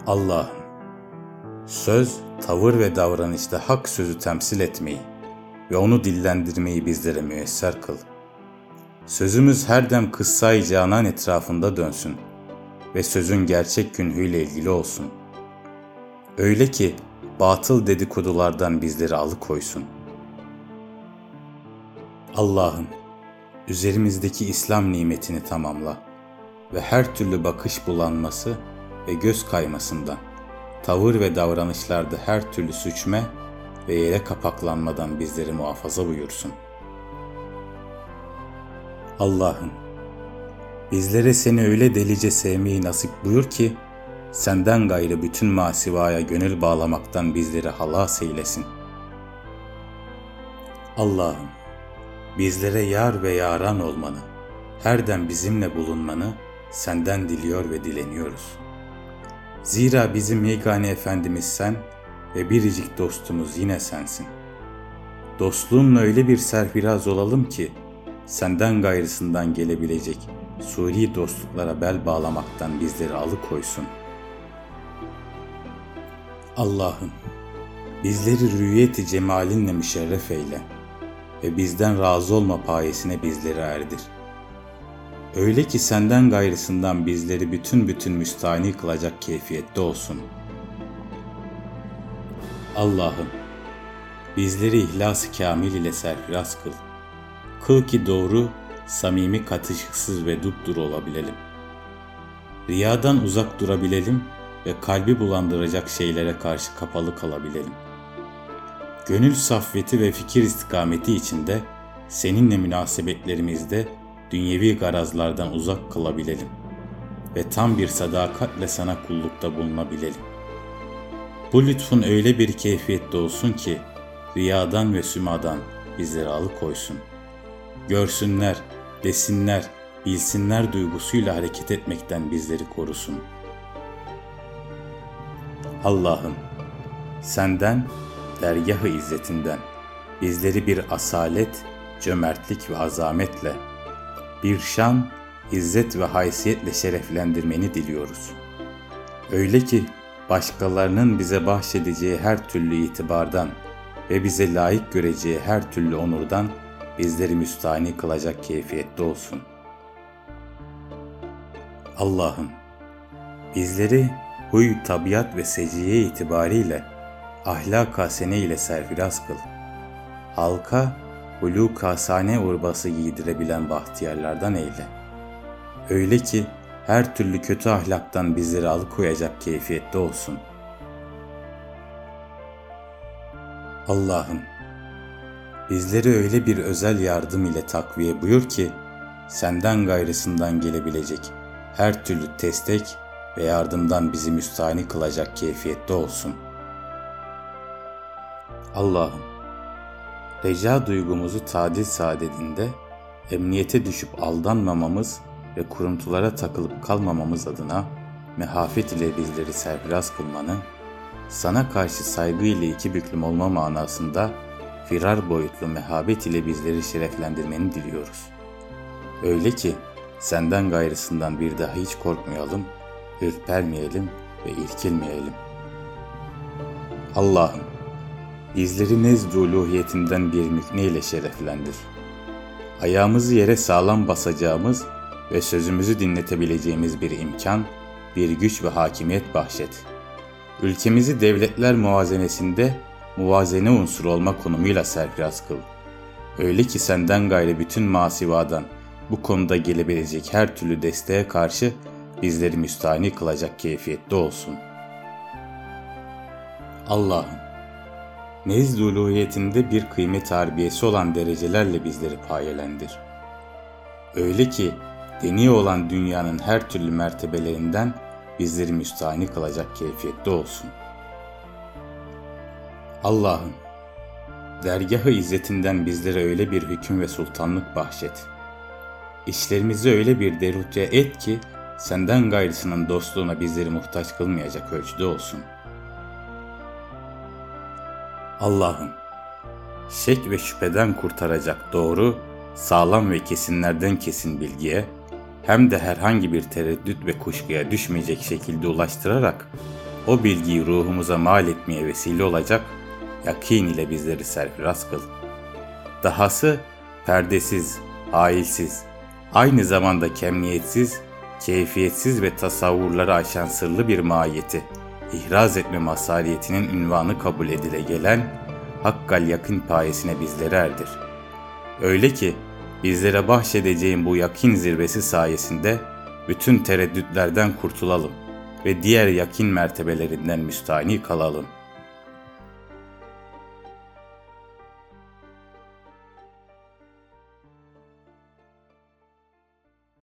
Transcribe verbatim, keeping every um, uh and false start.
Allah'ım, söz, tavır ve davranışta hak sözü temsil etmeyi ve onu dillendirmeyi bizlere müyesser kıl. Sözümüz her dem kıssa-i canan etrafında dönsün ve sözün gerçek künhüyle ilgili olsun. Öyle ki batıl dedikodulardan bizleri alıkoysun. Allah'ım, üzerimizdeki İslam nimetini tamamla ve her türlü bakış bulanması ve göz kaymasından, tavır ve davranışlarda her türlü suçme ve yere kapaklanmadan bizleri muhafaza buyursun. Allah'ım, bizlere seni öyle delice sevmeyi nasip buyur ki, senden gayrı bütün masivaya gönül bağlamaktan bizleri halas eylesin. Allah'ım, bizlere yar ve yaran olmanı, her dem bizimle bulunmanı senden diliyor ve dileniyoruz. Zira bizim yegane Efendimiz sen ve biricik dostumuz yine sensin. Dostluğunla öyle bir serfiraz olalım ki, senden gayrısından gelebilecek suri dostluklara bel bağlamaktan bizleri alıkoysun. Allah'ım, bizleri rüyeti cemalinle müşerref eyle ve bizden razı olma payesine bizleri erdir. Öyle ki senden gayrısından bizleri bütün bütün müstahni kılacak keyfiyette olsun. Allah'ım, bizleri ihlas-ı kâmil ile serfiraz kıl. Kıl ki doğru, samimi, katışıksız ve dupduru olabilelim. Riyadan uzak durabilelim ve kalbi bulandıracak şeylere karşı kapalı kalabilelim. Gönül saffeti ve fikir istikameti içinde seninle münasebetlerimizde dünyevi garazlardan uzak kalabilelim ve tam bir sadakatle sana kullukta bulunabilelim. Bu lütfun öyle bir keyfiyette olsun ki riyadan ve sümadan bizleri alıkoysun. Görsünler, desinler, bilsinler duygusuyla hareket etmekten bizleri korusun. Allah'ım, senden, dergâh-ı izzetinden bizleri bir asalet, cömertlik ve azametle, bir şan, izzet ve haysiyetle şereflendirmeni diliyoruz. Öyle ki başkalarının bize bahşedeceği her türlü itibardan ve bize layık göreceği her türlü onurdan bizleri müstahni kılacak keyfiyette olsun. Allah'ım, bizleri huy, tabiat ve seciye itibariyle ahlak-ı hasene ile serfiraz kıl. Halka hulûk-ı hasane urbası giydirebilen bahtiyarlardan eyle. Öyle ki her türlü kötü ahlaktan bizleri alıkoyacak keyfiyette olsun. Allah'ım, bizleri öyle bir özel yardım ile takviye buyur ki, senden gayrısından gelebilecek her türlü destek ve yardımdan bizi müstahni kılacak keyfiyette olsun. Allah'ım, reca duygumuzu tadil saadetinde emniyete düşüp aldanmamamız ve kuruntulara takılıp kalmamamız adına mehafet ile bizleri serfiraz kılmanı, sana karşı saygı ile iki büklüm olma manasında firar boyutlu mehabet ile bizleri şereflendirmeni diliyoruz. Öyle ki senden gayrısından bir daha hiç korkmayalım, ürpermeyelim ve irkilmeyelim. Allah'ım, bizleri nezd-i uluhiyetinden bir mükne ile şereflendir. Ayağımızı yere sağlam basacağımız ve sözümüzü dinletebileceğimiz bir imkan, bir güç ve hakimiyet bahşet. Ülkemizi devletler muvazenesinde muvazene unsuru olma konumuyla serfiraz kıl. Öyle ki senden gayrı bütün masivadan bu konuda gelebilecek her türlü desteğe karşı bizleri müstahni kılacak keyfiyette olsun. Allah'ım, nezd-i uluhiyetinde bir kıymet harbiyesi olan derecelerle bizleri payelendir. Öyle ki deni olan dünyanın her türlü mertebelerinden bizleri müstahni kılacak keyfiyette olsun. Allah'ım, dergâh-ı izzetinden bizlere öyle bir hüküm ve sultanlık bahşet. İşlerimizi öyle bir derutçe et ki senden gayrısının dostluğuna bizleri muhtaç kılmayacak ölçüde olsun. Allah'ım, şek ve şüpheden kurtaracak doğru, sağlam ve kesinlerden kesin bilgiye, hem de herhangi bir tereddüt ve kuşkuya düşmeyecek şekilde ulaştırarak o bilgiyi ruhumuza mal etmeye vesile olacak yakin ile bizleri serfiraz kıl. Dahası perdesiz, hailsiz, aynı zamanda kemniyetsiz, keyfiyetsiz ve tasavvurları aşan sırlı bir mahiyeti ihraz etme masaliyetinin ünvanı kabul edile gelen hakkal yakın payesine bizleri erdir. Öyle ki bizlere bahşedeceğin bu yakin zirvesi sayesinde bütün tereddütlerden kurtulalım ve diğer yakin mertebelerinden müstahni kalalım.